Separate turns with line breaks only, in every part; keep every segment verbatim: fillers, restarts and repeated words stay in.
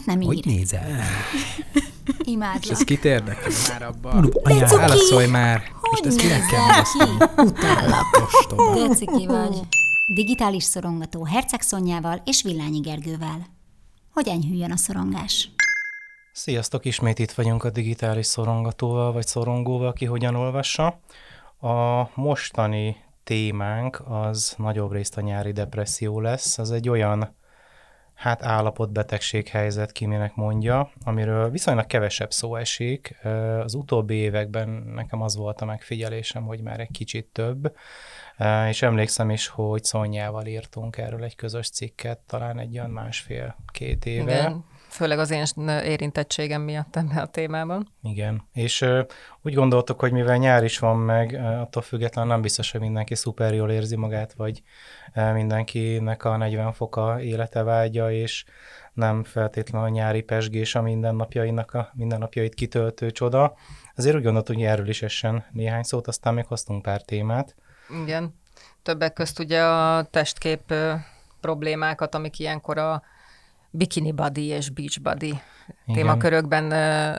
nem ír.
Hogy nézel?
Imádlak.
És ez kit érdekel már abban?
De
Anyám,
cuki!
válaszolj már!
Hogy
Most ezt kinek kell
nézel
válaszolni?
Utállak.
Ostoba.
De ciki vagy. Digitális szorongató Herceg Szonyával és Villányi Gergővel. Hogy enyhüljön a szorongás?
Sziasztok, ismét itt vagyunk a digitális szorongatóval, vagy szorongóval, ki hogyan olvassa. A mostani témánk az nagyobb részt a nyári depresszió lesz. Ez egy olyan hát állapot, betegséghelyzet, ki minek mondja, amiről viszonylag kevesebb szó esik. Az utóbbi években nekem az volt a megfigyelésem, hogy már egy kicsit több, és emlékszem is, hogy Szonyával írtunk erről egy közös cikket, talán egy olyan másfél-két éve.
Igen, főleg az én érintettségem miatt ebben a témában.
Igen, és uh, úgy gondoltuk, hogy mivel nyár is van meg, uh, attól függetlenül nem biztos, hogy mindenki szuper jól érzi magát, vagy uh, mindenkinek a negyven foka élete vágya, és nem feltétlenül a nyári pezsgés a mindennapjainak a mindennapjait kitöltő csoda. Azért úgy gondoltuk, hogy erről is essen néhány szót, aztán még hoztunk pár témát.
Igen, többek közt ugye a testkép uh, problémákat, amik ilyenkor a bikini body és beach body Igen. témakörökben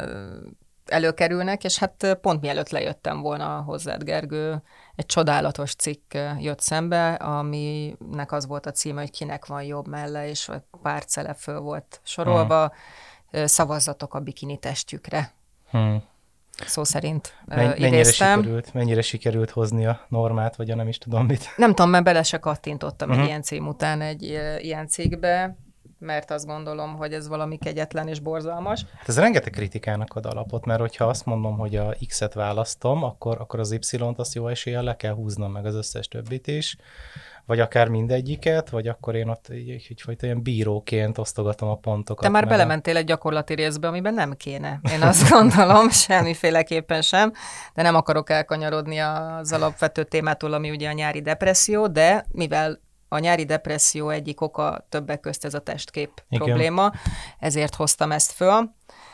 előkerülnek, és hát pont mielőtt lejöttem volna hozzád, Gergő, egy csodálatos cikk jött szembe, aminek az volt a címe, hogy kinek van jobb melle, és pár cele föl volt sorolva, hmm. szavazzatok a bikini testjükre. Hmm. Szó szerint
Men- mennyire
idéztem.
Sikerült, mennyire sikerült hozni a normát, vagy a nem is tudom mit.
Nem tudom, mert bele se kattintottam uh-huh. egy ilyen cím után egy ilyen cikkbe, mert azt gondolom, hogy ez valami kegyetlen és borzalmas.
Hát ez rengeteg kritikának ad alapot, mert hogyha azt mondom, hogy a X-et választom, akkor, akkor az Y-t azt jó eséllyel le kell húznom, meg az összes többit is, vagy akár mindegyiket, vagy akkor én ott egyfajta ilyen bíróként osztogatom a pontokat.
Te már belementél a... egy gyakorlati részbe, amiben nem kéne. Én azt gondolom, semmiféleképpen sem, de nem akarok elkanyarodni az alapvető témától, ami ugye a nyári depresszió, de mivel a nyári depresszió egyik oka többek közt ez a testkép Igen. probléma, ezért hoztam ezt föl.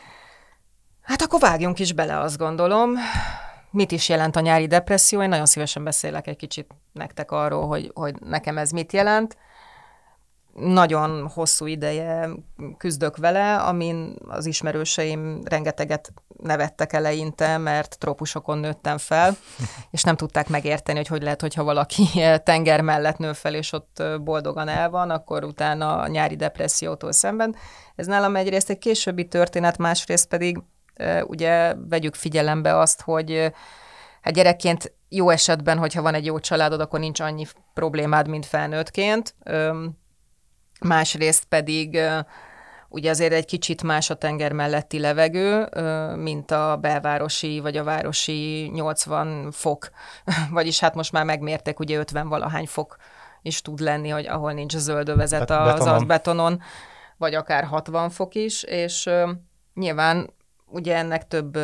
Hát akkor vágjunk is bele, azt gondolom. Mit is jelent a nyári depresszió? Én nagyon szívesen beszélek egy kicsit nektek arról, hogy, hogy nekem ez mit jelent. Nagyon hosszú ideje küzdök vele, amin az ismerőseim rengeteget nevettek eleinte, mert trópusokon nőttem fel, és nem tudták megérteni, hogy hogy lehet, hogyha valaki tenger mellett nő fel, és ott boldogan el van, akkor utána a nyári depressziótól szemben. Ez nálam egyrészt egy későbbi történet, másrészt pedig ugye vegyük figyelembe azt, hogy hát gyerekként jó esetben, hogyha van egy jó családod, akkor nincs annyi problémád, mint felnőttként. Másrészt pedig ugye azért egy kicsit más a tenger melletti levegő, mint a belvárosi vagy a városi nyolcvan fok, vagyis hát most már megmérték, ugye ötven valahány fok is tud lenni, hogy ahol nincs zöldövezet
Bet-
az
betonon.
betonon, vagy akár hatvan fok is, és nyilván ugye ennek több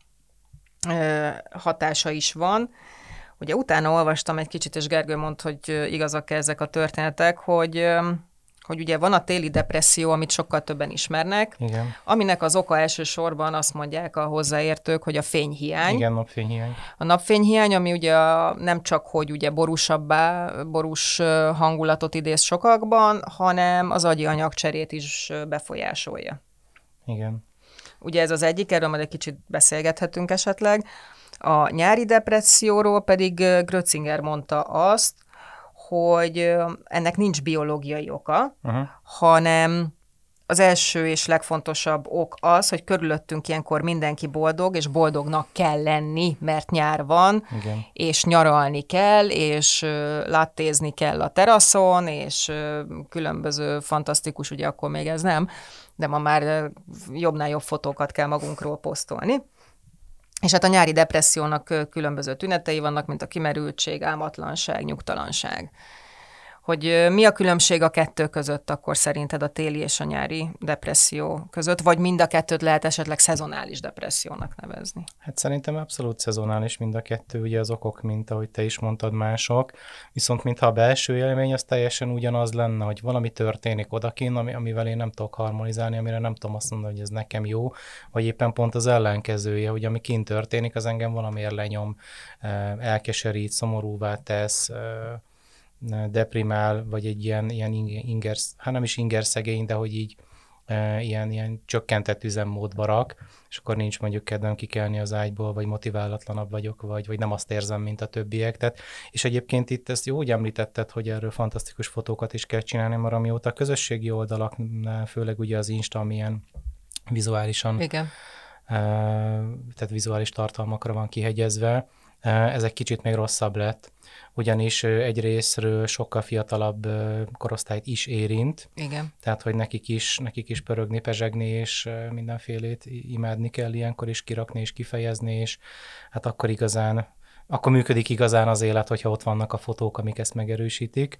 hatása is van. Ugye utána olvastam egy kicsit, és Gergő mondta, hogy igazak ezek a történetek, hogy hogy ugye van a téli depresszió, amit sokkal többen ismernek,
Igen.
aminek az oka elsősorban azt mondják a hozzáértők, hogy a fényhiány.
Igen, napfényhiány.
A napfényhiány, ami ugye a, nem csak, hogy ugye borúsabbá, borús hangulatot idéz sokakban, hanem az agyi anyagcserét is befolyásolja.
Igen.
Ugye ez az egyik, erről majd egy kicsit beszélgethetünk esetleg. A nyári depresszióról pedig Grötzinger mondta azt, hogy ennek nincs biológiai oka, uh-huh. hanem az első és legfontosabb ok az, hogy körülöttünk ilyenkor mindenki boldog, és boldognak kell lenni, mert nyár van,
Igen.
és nyaralni kell, és lattézni kell a teraszon, és különböző fantasztikus, ugye akkor még ez nem, de ma már jobbnál jobb fotókat kell magunkról posztolni. És hát a nyári depressziónak különböző tünetei vannak, mint a kimerültség, álmatlanság, nyugtalanság. Hogy mi a különbség a kettő között akkor szerinted a téli és a nyári depresszió között, vagy mind a kettőt lehet esetleg szezonális depressziónak nevezni?
Hát szerintem abszolút szezonális mind a kettő, ugye az okok, mint ahogy te is mondtad, mások, viszont mintha a belső élmény az teljesen ugyanaz lenne, hogy valami történik odakint, ami, amivel én nem tudok harmonizálni, amire nem tudom azt mondani, hogy ez nekem jó, vagy éppen pont az ellenkezője, hogy ami kint történik, az engem valamiért lenyom, elkeserít, szomorúvá tesz, deprimál, vagy egy ilyen, ilyen inger, hát nem is inger szegény, de hogy így ilyen, ilyen csökkentett üzemmódba rak, és akkor nincs mondjuk kedvem kikelni az ágyból, vagy motiválatlanabb vagyok, vagy, vagy nem azt érzem, mint a többiek. Tehát, és egyébként itt ezt jó, hogy említetted, hogy erről fantasztikus fotókat is kell csinálni, mert amióta a közösségi oldalaknál, főleg ugye az Insta, amilyen vizuálisan,
Igen.
tehát vizuális tartalmakra van kihegyezve, ez egy kicsit még rosszabb lett, ugyanis egy részről sokkal fiatalabb korosztályt is érint,
Igen.
tehát hogy nekik is, nekik is pörögni, pezsegni, és mindenfélét imádni kell ilyenkor is kirakni és kifejezni, és hát akkor igazán, akkor működik igazán az élet, hogyha ott vannak a fotók, amik ezt megerősítik.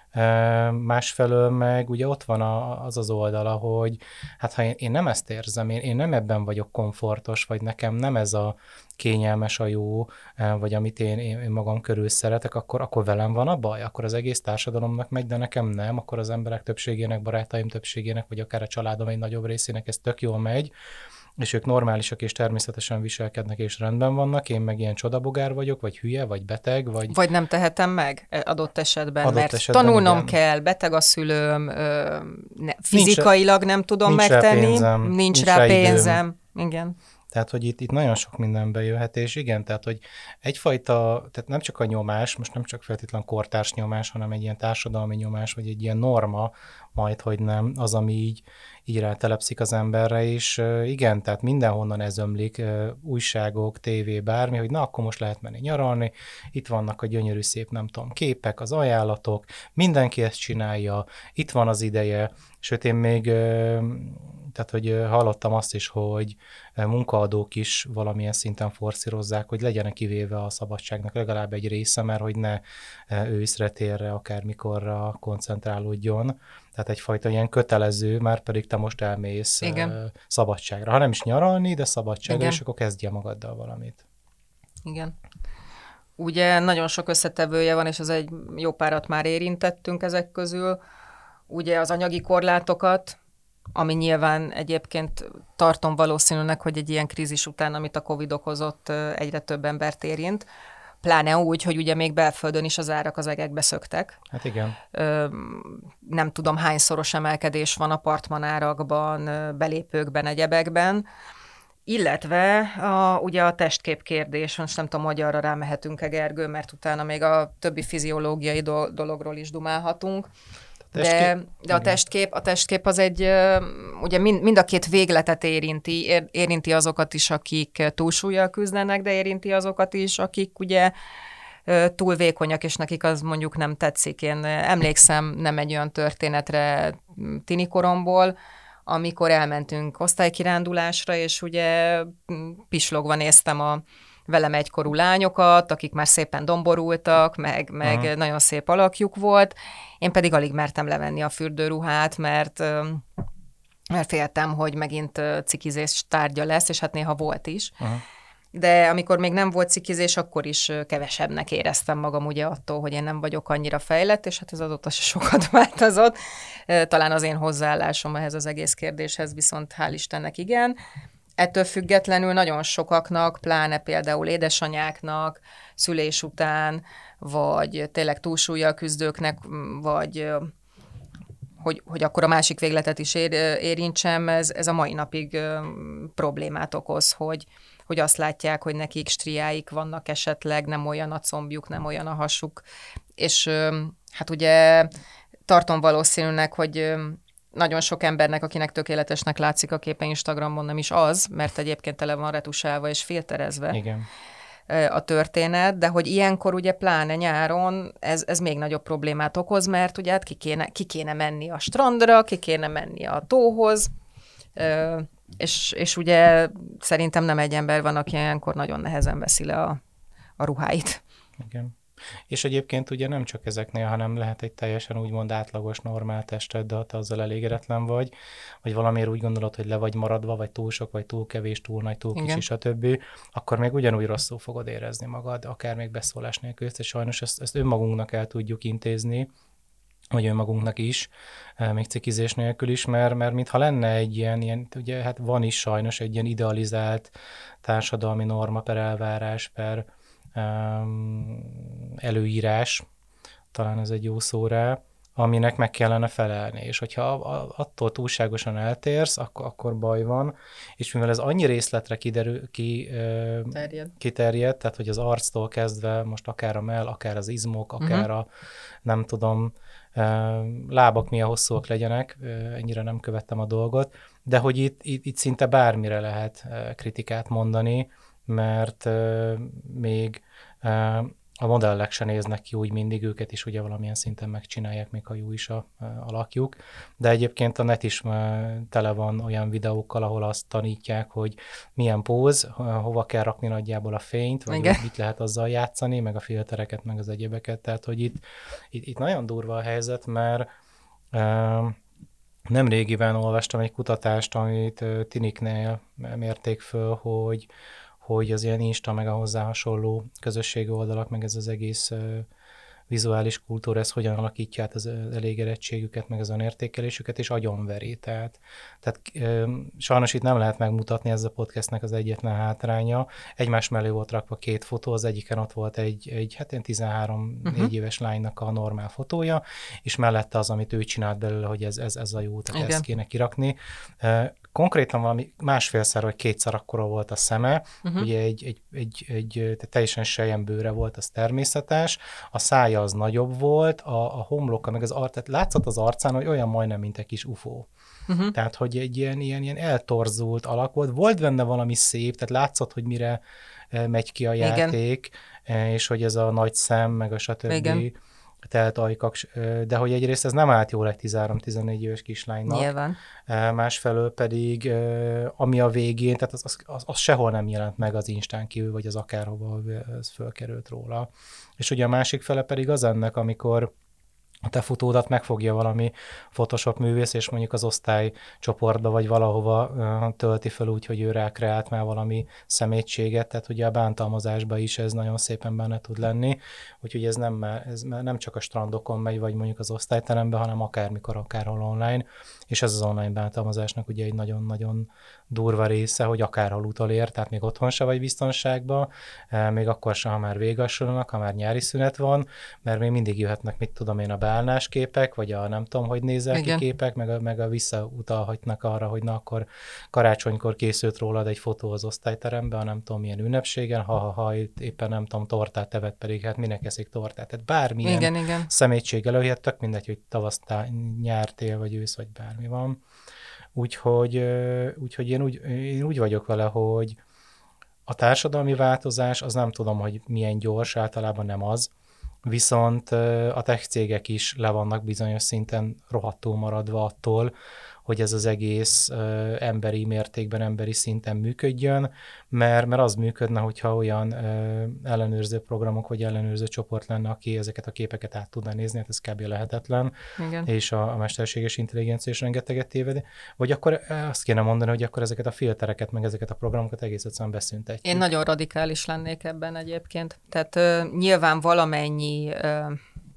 Másfelől meg ugye ott van az az oldala, hogy hát ha én, én nem ezt érzem, én, én nem ebben vagyok komfortos, vagy nekem nem ez a kényelmes a jó, vagy amit én, én magam körül szeretek, akkor, akkor velem van a baj, akkor az egész társadalomnak megy, de nekem nem, akkor az emberek többségének, barátaim többségének, vagy akár a családom egy nagyobb részének ez tök jól megy, és ők normálisak és természetesen viselkednek és rendben vannak, én meg ilyen csodabogár vagyok, vagy hülye, vagy beteg, vagy...
Vagy nem tehetem meg adott esetben,
adott
mert
esetben
tanulnom
igen.
kell, beteg a szülőm, ö, ne, fizikailag nem tudom
nincs
megtenni,
rá pénzem,
nincs,
nincs
rá
rá
pénzem. Igen.
Tehát, hogy itt, itt nagyon sok minden bejöhet, és igen, tehát, hogy egyfajta, tehát nem csak a nyomás, most nem csak feltétlen kortárs nyomás, hanem egy ilyen társadalmi nyomás, vagy egy ilyen norma, majd, hogy nem, az, ami így, így rátelepszik az emberre, és igen, tehát mindenhonnan ez ömlik, újságok, tévé, bármi, hogy na, akkor most lehet menni nyaralni, itt vannak a gyönyörű szép, nem tudom, képek, az ajánlatok, mindenki ezt csinálja, itt van az ideje, sőt én még, tehát, hogy hallottam azt is, hogy munkaadók is valamilyen szinten forszírozzák, hogy legyenek kivéve a szabadságnak legalább egy része, mert hogy ne őszre, térre, akármikorra koncentrálódjon. Tehát egyfajta ilyen kötelező, már pedig te most elmész Igen. szabadságra. Ha nem is nyaralni, de szabadságra, Igen. és akkor kezdje magaddal valamit.
Igen. Ugye nagyon sok összetevője van, és az egy jó párat már érintettünk ezek közül. Ugye az anyagi korlátokat, ami nyilván egyébként tartom valószínűleg, hogy egy ilyen krízis után, amit a Covid okozott, egyre több embert érint. Pláne úgy, hogy ugye még belföldön is az árak az egekbe szöktek.
Hát igen.
Ö, nem tudom, hányszoros emelkedés van apartmanárakban, belépőkben, egyebekben. Illetve a, ugye a testkép kérdés, most nem tudom, hogy arra rámehetünk-e, Gergő, mert utána még a többi fiziológiai do- dologról is dumálhatunk. De, de a testkép, a testkép az egy, ugye mind, mind a két végletet érinti, ér, érinti azokat is, akik túlsúllyal küzdenek, de érinti azokat is, akik ugye túl vékonyak, és nekik az mondjuk nem tetszik. Én emlékszem nem egy olyan történetre tinikoromból, amikor elmentünk osztálykirándulásra, és ugye pislogva néztem a velem egykorú lányokat, akik már szépen domborultak, meg, meg uh-huh. nagyon szép alakjuk volt. Én pedig alig mertem levenni a fürdőruhát, mert, mert féltem, hogy megint cikizés tárgya lesz, és hát néha volt is. Uh-huh. De amikor még nem volt cikizés, akkor is kevesebbnek éreztem magam ugye attól, hogy én nem vagyok annyira fejlett, és hát ez azóta se sokat változott. Talán az én hozzáállásom ehhez az egész kérdéshez viszont hál' Istennek igen. Ettől függetlenül nagyon sokaknak, pláne például édesanyáknak, szülés után, vagy tényleg túlsúllyal küzdőknek, vagy hogy, hogy akkor a másik végletet is ér, érintsem, ez, ez a mai napig problémát okoz, hogy, hogy azt látják, hogy nekik striáik vannak esetleg, nem olyan a combjuk, nem olyan a hasuk, és hát ugye tartom valószínűnek, hogy nagyon sok embernek, akinek tökéletesnek látszik a képe Instagramon, nem is az, mert egyébként tele van retusálva és filterezve
Igen.
a történet, de hogy ilyenkor ugye pláne nyáron ez, ez még nagyobb problémát okoz, mert ugye hát ki kéne, ki kéne menni a strandra, ki kéne menni a tóhoz, és, és ugye szerintem nem egy ember van, aki ilyenkor nagyon nehezen veszi le a, a ruháit.
Igen. És egyébként ugye nem csak ezeknél, hanem lehet egy teljesen úgymond átlagos, normál tested, de ha te azzal elégedetlen vagy, vagy valamiért úgy gondolod, hogy le vagy maradva, vagy túl sok, vagy túl kevés, túl nagy, túl kicsi, stb., akkor még ugyanúgy rosszul fogod érezni magad, akár még beszólás nélkül, és sajnos ezt, ezt önmagunknak el tudjuk intézni, vagy önmagunknak is, még cikizés nélkül is, mert, mert mintha lenne egy ilyen, ilyen, ugye hát van is sajnos egy ilyen idealizált társadalmi norma per elvárás, per Um, előírás, talán ez egy jó szó rá, aminek meg kellene felelni. És hogyha attól túlságosan eltérsz, akkor, akkor baj van. És mivel ez annyi részletre kiderül, ki,
Terjed.
kiterjed, tehát hogy az arctól kezdve most akár a mell, akár az izmok, akár uh-huh. a nem tudom, lábak milyen hosszúak legyenek, ennyire nem követtem a dolgot, de hogy itt, itt, itt szinte bármire lehet kritikát mondani, mert még a modellek se néznek ki úgy mindig, őket is ugye valamilyen szinten megcsinálják, még ha jó is a, a lakjuk. De egyébként a net is tele van olyan videókkal, ahol azt tanítják, hogy milyen póz, hova kell rakni nagyjából a fényt, vagy hogy mit lehet azzal játszani, meg a filtereket, meg az egyébeket. Tehát, hogy itt, itt, itt nagyon durva a helyzet, mert nem régiben olvastam egy kutatást, amit tiniknél mérték föl, hogy hogy az ilyen Insta, meg a hozzá hasonló közösségi oldalak, meg ez az egész uh, vizuális kultúra, ez hogyan alakítja át az elégedettségüket, meg az önértékelésüket, és agyonveri. Tehát, tehát um, sajnos itt nem lehet megmutatni, ez a podcastnek az egyetlen hátránya. Egymás mellé volt rakva két fotó, az egyiken ott volt egy, egy hát ilyen tizenhárom-négy uh-huh. éves lánynak a normál fotója, és mellette az, amit ő csinált belőle, hogy ez, ez, ez a jó, tehát igen. ezt kéne kirakni. Uh, Konkrétan valami másfélszer vagy kétszer akkora volt a szeme, uh-huh. ugye egy, egy, egy, egy teljesen selyembőre volt, az természetes, a szája az nagyobb volt, a, a homloka, meg az arc, tehát látszott az arcán, hogy olyan majdnem, mint egy kis ufó. Uh-huh. Tehát, hogy egy ilyen, ilyen, ilyen eltorzult alak volt, volt benne valami szép, tehát látszott, hogy mire megy ki a játék, igen. és hogy ez a nagy szem, meg a stb. Igen. Tehát ajkak, de hogy egyrészt ez nem állt jól egy tizenhárom-tizennégy éves kislánynak.
Nyilván.
Másfelől pedig, ami a végén, tehát az, az, az sehol nem jelent meg az Instán kívül, vagy az akárhova ez fölkerült róla. És ugye a másik fele pedig az ennek, amikor a te fotódat megfogja valami Photoshop művész, és mondjuk az osztálycsoportba vagy valahova uh, tölti fel úgy, hogy ő rákreált már valami szemétséget, tehát ugye a bántalmazásban is ez nagyon szépen benne tud lenni, úgyhogy ez nem, ez nem csak a strandokon megy, vagy mondjuk az osztályteremben, hanem akármikor, akárhol online, és ez az online bántalmazásnak ugye egy nagyon-nagyon durva része, hogy akárhol utolér, tehát még otthon se vagy biztonságban, még akkor sem, ha már végassulnak, ha már nyári szünet van, mert még mindig jöhetnek, mit tudom én, a beállnás képek, vagy a nem tudom, hogy nézel igen. ki képek, meg a, meg a visszautalhatnak arra, hogy na akkor karácsonykor készült rólad egy fotó az osztályteremben, a nem tudom milyen ünnepségen, ha-ha-ha éppen nem tudom, tortát evett, pedig hát minek eszik tortát. Tehát bármilyen
igen, igen.
szemétség előjött, tök mindegy, hogy tavasz, nyár, tél, vagy ősz, vagy bármi van. Úgyhogy, úgyhogy én, úgy, én úgy vagyok vele, hogy a társadalmi változás, az nem tudom, hogy milyen gyors, általában nem az, viszont a tech cégek is le vannak bizonyos szinten rohadtul maradva attól, hogy ez az egész uh, emberi mértékben, emberi szinten működjön, mert, mert az működne, hogyha olyan uh, ellenőrző programok vagy ellenőrző csoport lenne, aki ezeket a képeket át tudná nézni, hát ez kb. Lehetetlen, igen. és a, a mesterséges intelligencia is rengeteget téved, vagy akkor azt kéne mondani, hogy akkor ezeket a filtereket, meg ezeket a programokat egész egyszerűen beszüntetjük.
Én nagyon radikális lennék ebben egyébként. Tehát uh, nyilván valamennyi, uh,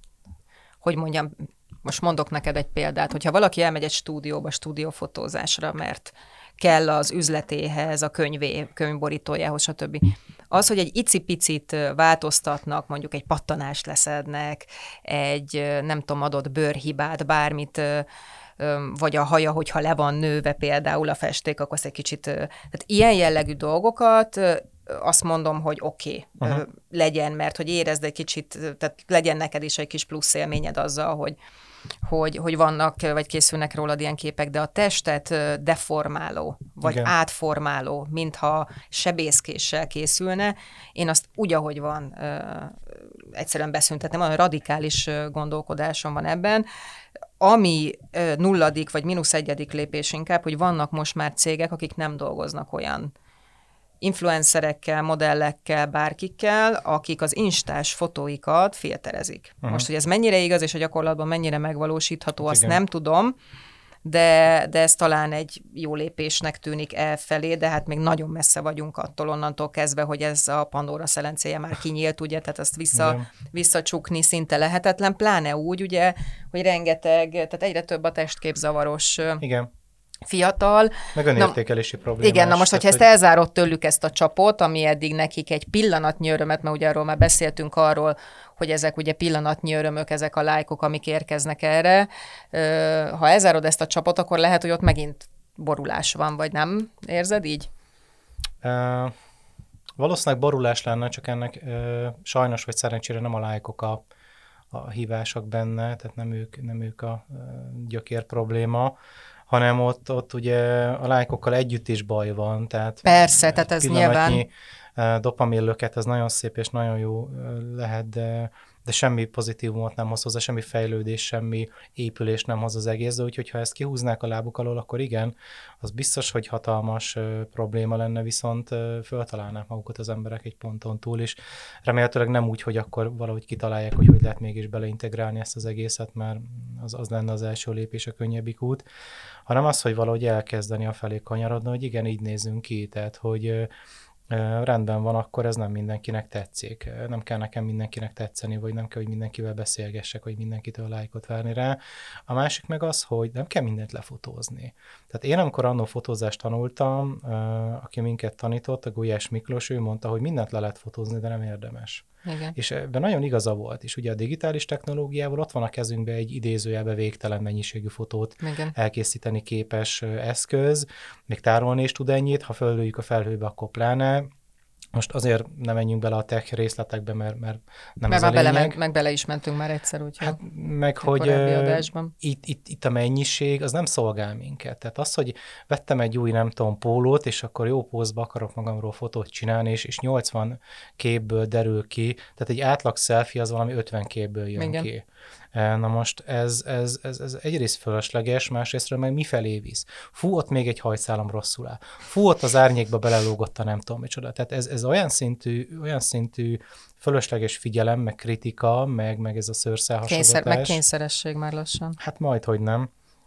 hogy mondjam, most mondok neked egy példát, hogyha valaki elmegy egy stúdióba, stúdiófotózásra, mert kell az üzletéhez, a könyvé, könyvborítójához, stb. Az, hogy egy icipicit változtatnak, mondjuk egy pattanást leszednek, egy nem tudom, adott bőrhibát, bármit, vagy a haja, hogyha le van nőve például a festék, akkor azt egy kicsit... Tehát ilyen jellegű dolgokat azt mondom, hogy oké, okay, uh-huh. legyen, mert hogy érezd egy kicsit, tehát legyen neked is egy kis plusz élményed azzal, hogy, hogy, hogy vannak, vagy készülnek rólad ilyen képek, de a testet deformáló, vagy igen. átformáló, mintha sebészkéssel készülne, én azt úgy, ahogy van, egyszerűen beszüntetném, olyan radikális gondolkodásom van ebben, ami nulladik, vagy mínusz egyedik lépés inkább, hogy vannak most már cégek, akik nem dolgoznak olyan influencerekkel, modellekkel, bárkikkel, akik az instás fotóikat filterezik. Uh-huh. Most, hogy ez mennyire igaz, és a gyakorlatban mennyire megvalósítható, azt igen. nem tudom, de, de ez talán egy jó lépésnek tűnik elfelé, de hát még nagyon messze vagyunk attól onnantól kezdve, hogy ez a Pandora szelencéje már kinyílt, ugye, tehát azt vissza, visszacsukni szinte lehetetlen, pláne úgy, ugye, hogy rengeteg, tehát egyre több a testképzavaros
igen.
fiatal.
Meg önértékelési problémás.
Igen, na most, hogyha
tehát,
ezt elzárod tőlük ezt a csapot, ami eddig nekik egy pillanatnyi örömet, mert ugye arról már beszéltünk arról, hogy ezek ugye pillanatnyi örömök, ezek a lájkok, amik érkeznek erre. Ha elzárod ezt a csapot, akkor lehet, hogy ott megint borulás van, vagy nem? Érzed így?
Uh, valószínűleg borulás lenne, csak ennek uh, sajnos vagy szerencsére nem a lájkok a, a hívások benne, tehát nem ők, nem ők a uh, gyökér probléma, hanem ott, ott ugye a lájkokkal együtt is baj van. Tehát
persze, tehát ez nyilván...
dopaminlöket, ez nagyon szép és nagyon jó lehet, de, de semmi pozitívumot nem hoz hozzá, semmi fejlődés, semmi épülés nem hoz az egészbe, úgyhogy ha ezt kihúznák a lábuk alól, akkor igen, az biztos, hogy hatalmas uh, probléma lenne, viszont uh, föltalálnák magukat az emberek egy ponton túl is. Remélhetőleg nem úgy, hogy akkor valahogy kitalálják, hogy hogy lehet mégis beleintegrálni ezt az egészet, mert az, az lenne az első lépés, a könnyebbik út, hanem az, hogy valahogy elkezdeni a felé kanyarodni, hogy igen, így nézzünk ki, tehát hogy uh, rendben van, akkor ez nem mindenkinek tetszik. Nem kell nekem mindenkinek tetszeni, vagy nem kell, hogy mindenkivel beszélgessek, vagy mindenkitől lájkot várni rá. A másik meg az, hogy nem kell mindent lefotózni. Tehát én, amikor annó fotózást tanultam, aki minket tanított, a Gulyás Miklós, ő mondta, hogy mindent le lehet fotózni, de nem érdemes.
Igen.
És ebben nagyon igaza volt. És ugye a digitális technológiával ott van a kezünkben egy idézőjelbe végtelen mennyiségű fotót
Igen.
elkészíteni képes eszköz, még tárolni is tud ennyit, ha fölöljük a felhőbe, akkor pláne. Most azért nem menjünk bele a tech részletekbe, mert, mert nem
mert
ez a lényeg.
Bele, meg, meg bele is mentünk már egyszer, úgyhogy
hát, meg hogy itt, itt, itt a mennyiség, az nem szolgál minket. Tehát az, hogy vettem egy új, nem tudom, pólót, és akkor jó pózba akarok magamról fotót csinálni, és, és nyolcvan képből derül ki, tehát egy átlag selfie az valami ötven képből jön
igen.
ki. Na most ez, ez, ez, ez egyrészt fölösleges, másrésztről meg mifelé visz. Fú, ott még egy hajszálam rosszul áll. Fú, ott az árnyékba belelógott a nem tudom micsoda. Tehát ez, ez olyan szintű, olyan szintű fölösleges figyelem, meg kritika, meg, meg ez a szőrszálhasogatás.
Kényszer, meg kényszeresség már lassan.
Hát majd, hogy nem.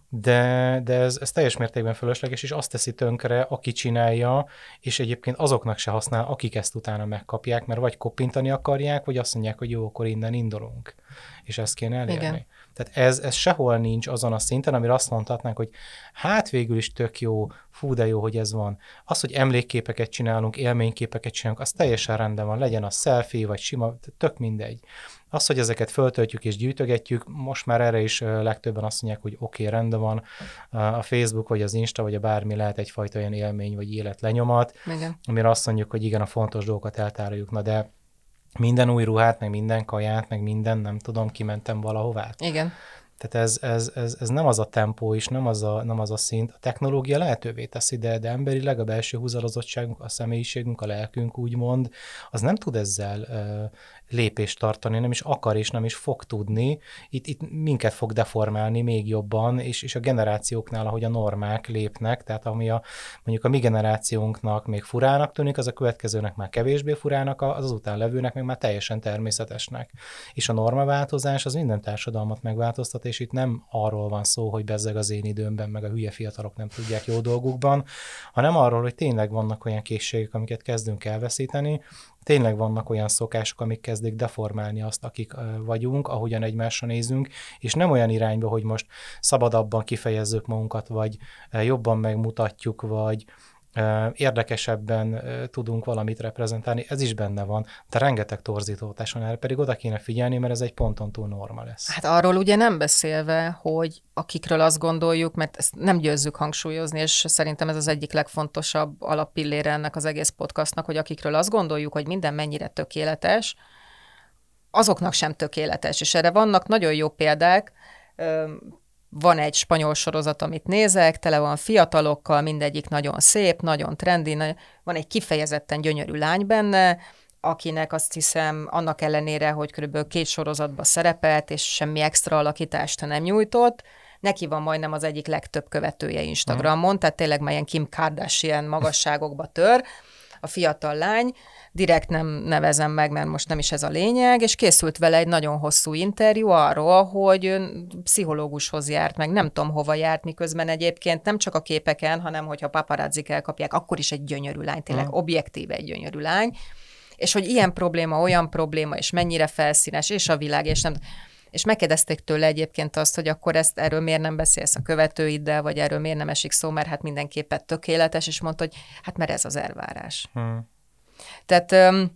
De, de ez, ez teljes mértékben fölösleges, és azt teszi tönkre, aki csinálja, és egyébként azoknak se használ, akik ezt utána megkapják, mert vagy koppintani akarják, vagy azt mondják, hogy jó, akkor innen indulunk. És ezt kéne elérni.
Igen.
Tehát ez, ez sehol nincs azon a szinten, amire azt mondhatnánk, hogy hát végül is tök jó, fú, de jó, hogy ez van. Az, hogy emlékképeket csinálunk, élményképeket csinálunk, az teljesen rendben van, legyen a selfie, vagy sima, tök mindegy. Az, hogy ezeket föltöltjük és gyűjtögetjük, most már erre is legtöbben azt mondják, hogy oké, okay, rendben van, a Facebook, vagy az Insta, vagy a bármi lehet egyfajta olyan élmény, vagy életlenyomat,
igen.
amire azt mondjuk, hogy igen, a fontos dolgokat eltároljuk, na de minden új ruhát, meg minden kaját, meg minden, nem tudom, kimentem valahová.
Igen.
Tehát ez, ez, ez, ez nem az a tempó is, nem az a, nem az a szint. A technológia lehetővé teszi, de, de emberileg a belső húzarozottságunk, a személyiségünk, a lelkünk úgymond, az nem tud ezzel uh, lépést tartani, nem is akar és nem is fog tudni. Itt, itt minket fog deformálni még jobban, és, és a generációknál, ahogy a normák lépnek, tehát ami a, mondjuk a mi generációnknak még furának tűnik, az a következőnek már kevésbé furának, az azután levőnek meg már teljesen természetesnek. És a normaváltozás az minden társadalmat megváltoztat, és itt nem arról van szó, hogy bezzeg az én időmben, meg a hülye fiatalok nem tudják jó dolgukban, hanem arról, hogy tényleg vannak olyan készségek, amiket kezdünk elveszíteni, tényleg vannak olyan szokások, amik kezdik deformálni azt, akik vagyunk, ahogyan egymásra nézünk, és nem olyan irányba, hogy most szabadabban kifejezzük magunkat, vagy jobban megmutatjuk, vagy érdekesebben tudunk valamit reprezentálni, ez is benne van, de rengeteg torzítótás van erre, pedig oda kéne figyelni, mert ez egy ponton túl norma lesz.
Hát arról ugye nem beszélve, hogy akikről azt gondoljuk, mert ezt nem győzzük hangsúlyozni, és szerintem ez az egyik legfontosabb alappillére ennek az egész podcastnak, hogy akikről azt gondoljuk, hogy minden mennyire tökéletes, azoknak sem tökéletes, és erre vannak nagyon jó példák. Van egy spanyol sorozat, amit nézek, tele van fiatalokkal, mindegyik nagyon szép, nagyon trendi, van egy kifejezetten gyönyörű lány benne, akinek azt hiszem annak ellenére, hogy körülbelül két sorozatban szerepelt, és semmi extra alakítást nem nyújtott, neki van majdnem az egyik legtöbb követője Instagramon, hmm. tehát tényleg már ilyen Kim Kardashian magasságokba tör, a fiatal lány, direkt nem nevezem meg, mert most nem is ez a lényeg, és készült vele egy nagyon hosszú interjú arról, hogy pszichológushoz járt, meg nem tudom hova járt, miközben egyébként nem csak a képeken, hanem hogyha paparazzik elkapják, akkor is egy gyönyörű lány, tényleg hmm. objektíve egy gyönyörű lány, és hogy ilyen probléma, olyan probléma, és mennyire felszínes, és a világ, és nem... És megkérdezték tőle egyébként azt, hogy akkor ezt erről miért nem beszélsz a követőiddel, vagy erről miért nem esik szó, mert hát mindenképpen tökéletes, és mondta, hogy hát mert ez az elvárás. Hmm. Tehát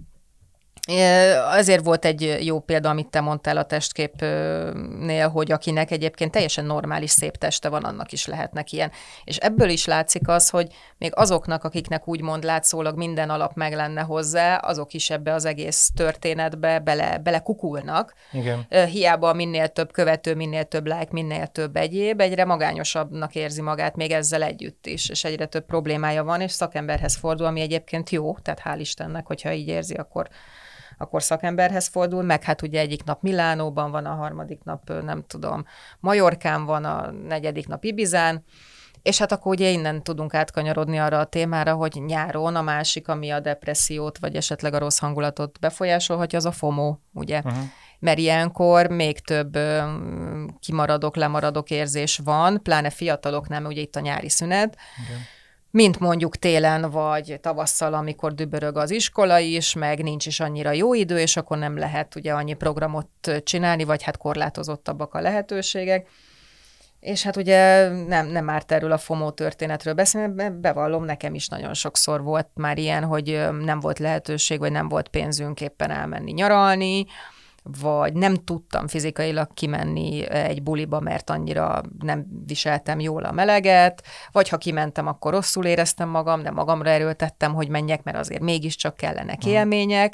azért volt egy jó példa, amit te mondtál a testképnél, hogy akinek egyébként teljesen normális, szép teste van, annak is lehetnek ilyen. És ebből is látszik az, hogy még azoknak, akiknek úgymond látszólag minden alap meg lenne hozzá, azok is ebbe az egész történetbe bele, bele kukulnak.
Igen.
Hiába minél több követő, minél több like, minél több egyéb, egyre magányosabbnak érzi magát még ezzel együtt is, és egyre több problémája van, és szakemberhez fordul, ami egyébként jó, tehát hál' Istennek, hogyha így érzi, akkor akkor szakemberhez fordul, meg hát ugye egyik nap Milánóban van, a harmadik nap, nem tudom, Majorkán van, a negyedik nap Ibizán, és hát akkor ugye innen tudunk átkanyarodni arra a témára, hogy nyáron a másik, ami a depressziót, vagy esetleg a rossz hangulatot befolyásolhatja, az a FOMO, ugye? Uh-huh. Mert ilyenkor még több kimaradok, lemaradok érzés van, pláne fiataloknál, mert ugye itt a nyári szünet, okay. Mint mondjuk télen vagy tavasszal, amikor dübörög az iskola is, meg nincs is annyira jó idő, és akkor nem lehet ugye annyi programot csinálni, vagy hát korlátozottabbak a lehetőségek. És hát ugye nem, nem árt erről a FOMO történetről beszélni, bevallom, nekem is nagyon sokszor volt már ilyen, hogy nem volt lehetőség, vagy nem volt pénzünk éppen elmenni nyaralni, vagy nem tudtam fizikailag kimenni egy buliba, mert annyira nem viseltem jól a meleget, vagy ha kimentem, akkor rosszul éreztem magam, de magamra erőltettem, hogy menjek, mert azért mégiscsak kellenek élmények.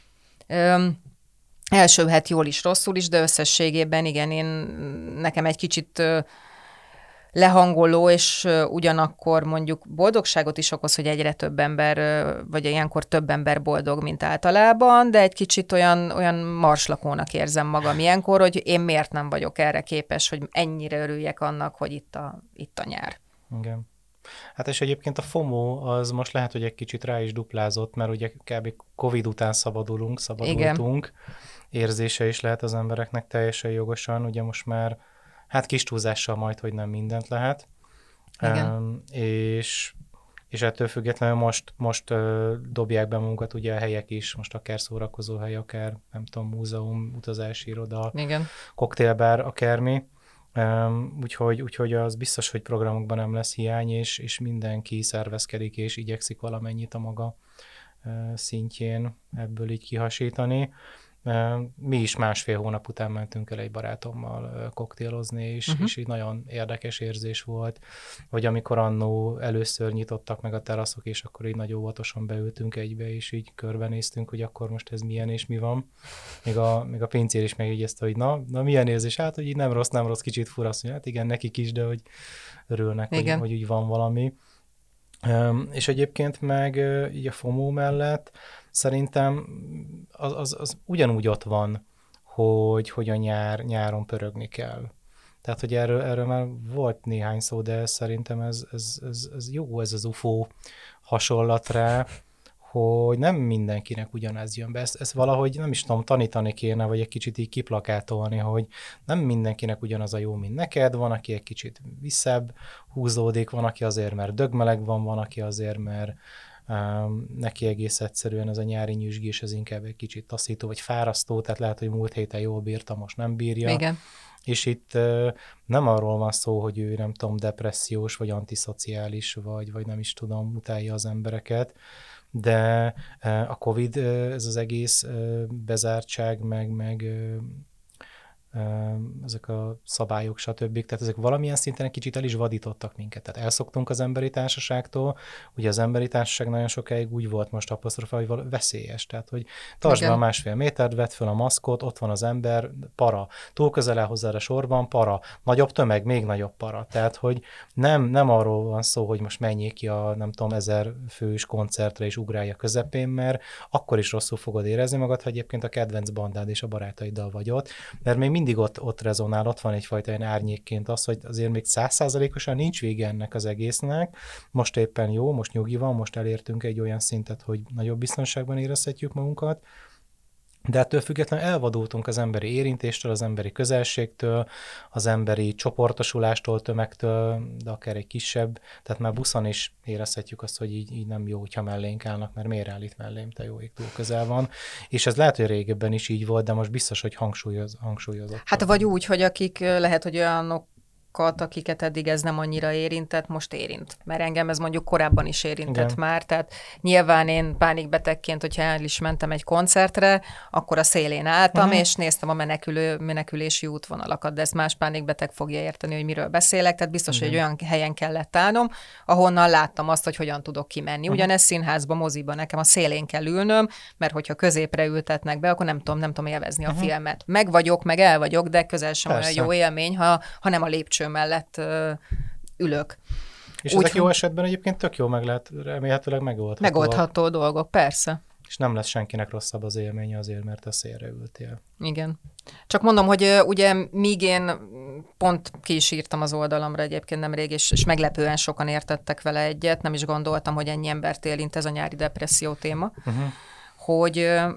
Öm, elsőhet jól is, rosszul is, de összességében igen, én nekem egy kicsit lehangoló, és ugyanakkor mondjuk boldogságot is okoz, hogy egyre több ember, vagy ilyenkor több ember boldog, mint általában, de egy kicsit olyan, olyan marslakónak érzem magam ilyenkor, hogy én miért nem vagyok erre képes, hogy ennyire örüljek annak, hogy itt a, itt a nyár.
Igen. Hát és egyébként a FOMO az most lehet, hogy egy kicsit rá is duplázott, mert ugye kb. Covid után szabadulunk, szabadultunk. Igen. Érzése is lehet az embereknek teljesen jogosan, ugye most már hát kis túlzással majd, hogy nem mindent lehet.
Igen.
Um, és, és ettől függetlenül most, most uh, dobják be magunkat ugye a helyek is, most akár szórakozó hely, akár nem tudom, múzeum, utazási iroda,
igen.
koktélbár, akármi. Um, úgyhogy, úgyhogy az biztos, hogy programokban nem lesz hiány, és, és mindenki szervezkedik, és igyekszik valamennyit a maga uh, szintjén ebből így kihasítani. Mi is másfél hónap után mentünk el egy barátommal koktélozni, és, uh-huh. és így nagyon érdekes érzés volt, vagy amikor annó először nyitottak meg a teraszok, és akkor így nagy óvatosan beültünk egybe, és így körbenéztünk, hogy akkor most ez milyen és mi van. Még a, még a pincér is megjegyezte, hogy na, na milyen érzés, hát, hogy így nem rossz, nem rossz, kicsit fura, azt mondja, hát igen, nekik is, de hogy örülnek, hogy, hogy úgy van valami. Um, és egyébként meg uh, így a FOMO mellett szerintem az, az, az ugyanúgy ott van, hogy, hogy a nyár, nyáron pörögni kell. Tehát, hogy erről, erről már volt néhány szó, de szerintem ez, ez, ez, ez jó, ez az u f o hasonlat rá, hogy nem mindenkinek ugyanez jön be. Ezt, ezt valahogy nem is tudom, tanítani kéne, vagy egy kicsit így kiplakátolni, hogy nem mindenkinek ugyanaz a jó, mint neked, van, aki egy kicsit visszebb húzódik, van, aki azért, mert dögmeleg van, van, aki azért, mert um, neki egész egyszerűen ez a nyári nyüzsgés, ez inkább egy kicsit taszító, vagy fárasztó, tehát lehet, hogy múlt héten jól bírta, most nem bírja.
Igen.
És itt uh, nem arról van szó, hogy ő nem tudom, depressziós, vagy antiszociális, vagy, vagy nem is tudom, utálja az embereket, de a Covid, ez az egész bezártság, meg, meg ezek a szabályok, stb. Tehát ezek valamilyen szinten egy kicsit el is vadítottak minket. Tehát elszoktunk az emberi társaságtól, ugye az emberi társaság nagyon sokáig úgy volt most apostrofál, hogy veszélyes. Tehát, hogy tartsd be a másfél métert, vedd föl a maszkot, ott van az ember, para. Túl közel el hozzád a sorban, para. Nagyobb tömeg, még nagyobb para. Tehát, hogy nem, nem arról van szó, hogy most menjél ki a, nem tudom, ezer fős koncertre és ugrálj a közepén, mert akkor is rosszul fogod érezni magad, ha egyébként a kedvenc bandád és a barátaiddal vagy ott, mert még mindig ott, ott rezonál, ott van egyfajta ilyen árnyékként az, hogy azért még száz százalékosan nincs vége ennek az egésznek. Most éppen jó, most nyugi van, most elértünk egy olyan szintet, hogy nagyobb biztonságban érezhetjük magunkat, De ettől függetlenül elvadultunk az emberi érintéstől, az emberi közelségtől, az emberi csoportosulástól, tömegtől, de akár egy kisebb, tehát már buszon is érezhetjük azt, hogy így, így nem jó, hogyha mellénk állnak, mert miért áll itt mellém, te jó ég, túl közel van. És ez lehet, hogy régebben is így volt, de most biztos, hogy hangsúlyoz, hangsúlyozott.
Hát vagy úgy, hogy akik lehet, hogy olyanok, akiket eddig ez nem annyira érintett, most érint. Mert engem ez mondjuk korábban is érintett Igen. már, tehát nyilván én pánikbetegként, hogyha el is mentem egy koncertre, akkor a szélén álltam, uh-huh. és néztem a menekülő, menekülési útvonalakat, de ezt más pánikbeteg fogja érteni, hogy miről beszélek, tehát biztos, Igen. hogy olyan helyen kellett állnom, ahonnan láttam azt, hogy hogyan tudok kimenni. Uh-huh. Ugyanez színházba, moziba, nekem a szélén kell ülnöm, mert hogyha középre ültetnek be, akkor nem tudom, nem tudom élvezni uh-huh. a filmet. Meg vagyok, meg el vagyok, de közel sem Persze. olyan jó élmény, ha, ha nem a lépcső mellett uh, ülök.
És ezek jó esetben egyébként tök jó meg lehet, remélhetőleg megoldható.
Megoldható dolgok, persze.
És nem lesz senkinek rosszabb az élménye azért, mert a szélre ültél.
Igen. Csak mondom, hogy uh, ugye míg én pont ki is írtam az oldalamra egyébként nemrég, és, és meglepően sokan értettek vele egyet, nem is gondoltam, hogy ennyi embert érint ez a nyári depresszió téma, uh-huh. hogy